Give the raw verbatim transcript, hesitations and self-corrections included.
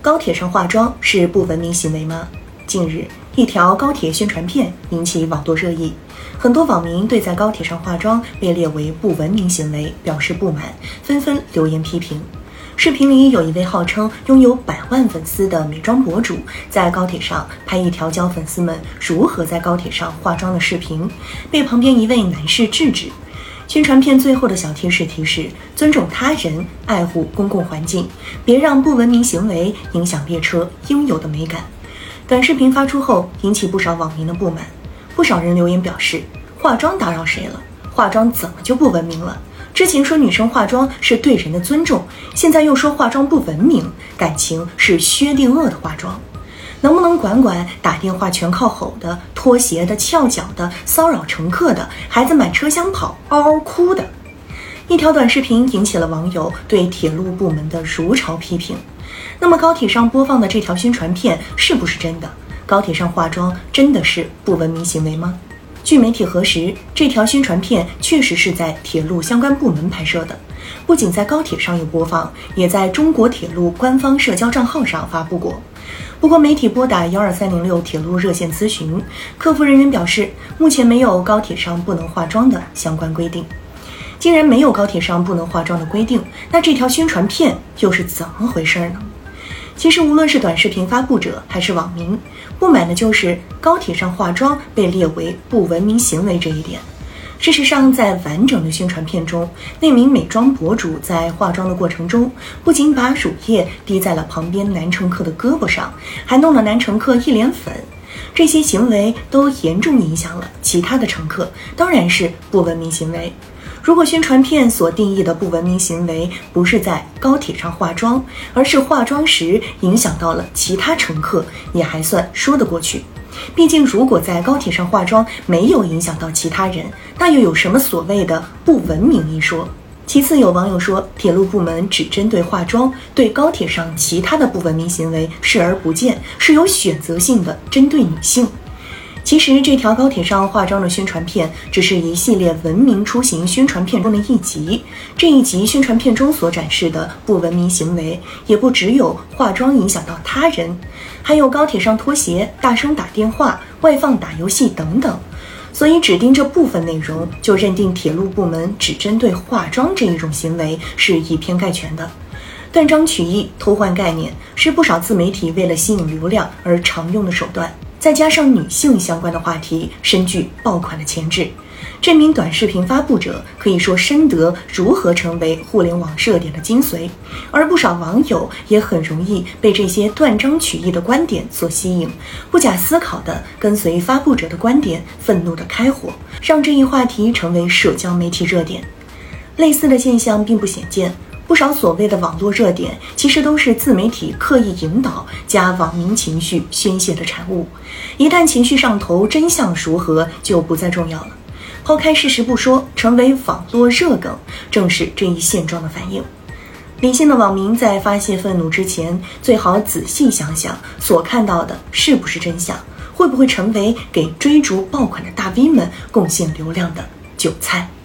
高铁上化妆是不文明行为吗？近日，一条高铁宣传片引起网络热议，很多网民对在高铁上化妆被列为不文明行为表示不满，纷纷留言批评。视频里有一位号称拥有百万粉丝的美妆博主，在高铁上拍一条教粉丝们如何在高铁上化妆的视频，被旁边一位男士制止。宣传片最后的小贴士提示：尊重他人，爱护公共环境，别让不文明行为影响列车应有的美感。短视频发出后，引起不少网民的不满，不少人留言表示：化妆打扰谁了？化妆怎么就不文明了？之前说女生化妆是对人的尊重，现在又说化妆不文明，感情是薛定谔的化妆。能不能管管打电话全靠吼的、脱鞋的、翘脚的、骚扰乘客的、孩子满车厢跑、嗷嗷哭的？一条短视频引起了网友对铁路部门的如潮批评。那么高铁上播放的这条宣传片是不是真的？高铁上化妆真的是不文明行为吗？据媒体核实，这条宣传片确实是在铁路相关部门拍摄的，不仅在高铁上有播放，也在中国铁路官方社交账号上发布过。不过媒体拨打一二三零六铁路热线咨询，客服人员表示，目前没有高铁上不能化妆的相关规定。既然没有高铁上不能化妆的规定，那这条宣传片又是怎么回事呢？其实无论是短视频发布者还是网民，不满的就是高铁上化妆被列为不文明行为这一点。事实上，在完整的宣传片中，那名美妆博主在化妆的过程中，不仅把乳液滴在了旁边男乘客的胳膊上，还弄了男乘客一脸粉。这些行为都严重影响了其他的乘客，当然是不文明行为。如果宣传片所定义的不文明行为不是在高铁上化妆，而是化妆时影响到了其他乘客，也还算说得过去。毕竟如果在高铁上化妆没有影响到其他人，那又有什么所谓的不文明一说？其次，有网友说，铁路部门只针对化妆，对高铁上其他的不文明行为视而不见，是有选择性的针对女性。其实这条高铁上化妆的宣传片只是一系列文明出行宣传片中的一集，这一集宣传片中所展示的不文明行为也不只有化妆影响到他人，还有高铁上脱鞋、大声打电话、外放打游戏等等。所以只盯这部分内容就认定铁路部门只针对化妆这一种行为是以偏概全的。断章取义、偷换概念是不少自媒体为了吸引流量而常用的手段，再加上女性相关的话题深具爆款的潜质，这名短视频发布者可以说深得如何成为互联网热点的精髓，而不少网友也很容易被这些断章取义的观点所吸引，不假思考地跟随发布者的观点，愤怒地开火，让这一话题成为社交媒体热点。类似的现象并不鲜见，不少所谓的网络热点其实都是自媒体刻意引导加网民情绪宣泄的产物，一旦情绪上头，真相如何就不再重要了。抛开事实不说，成为网络热梗，正是这一现状的反应。理性的网民在发泄愤怒之前，最好仔细想想所看到的是不是真相，会不会成为给追逐爆款的大 V 们贡献流量的韭菜。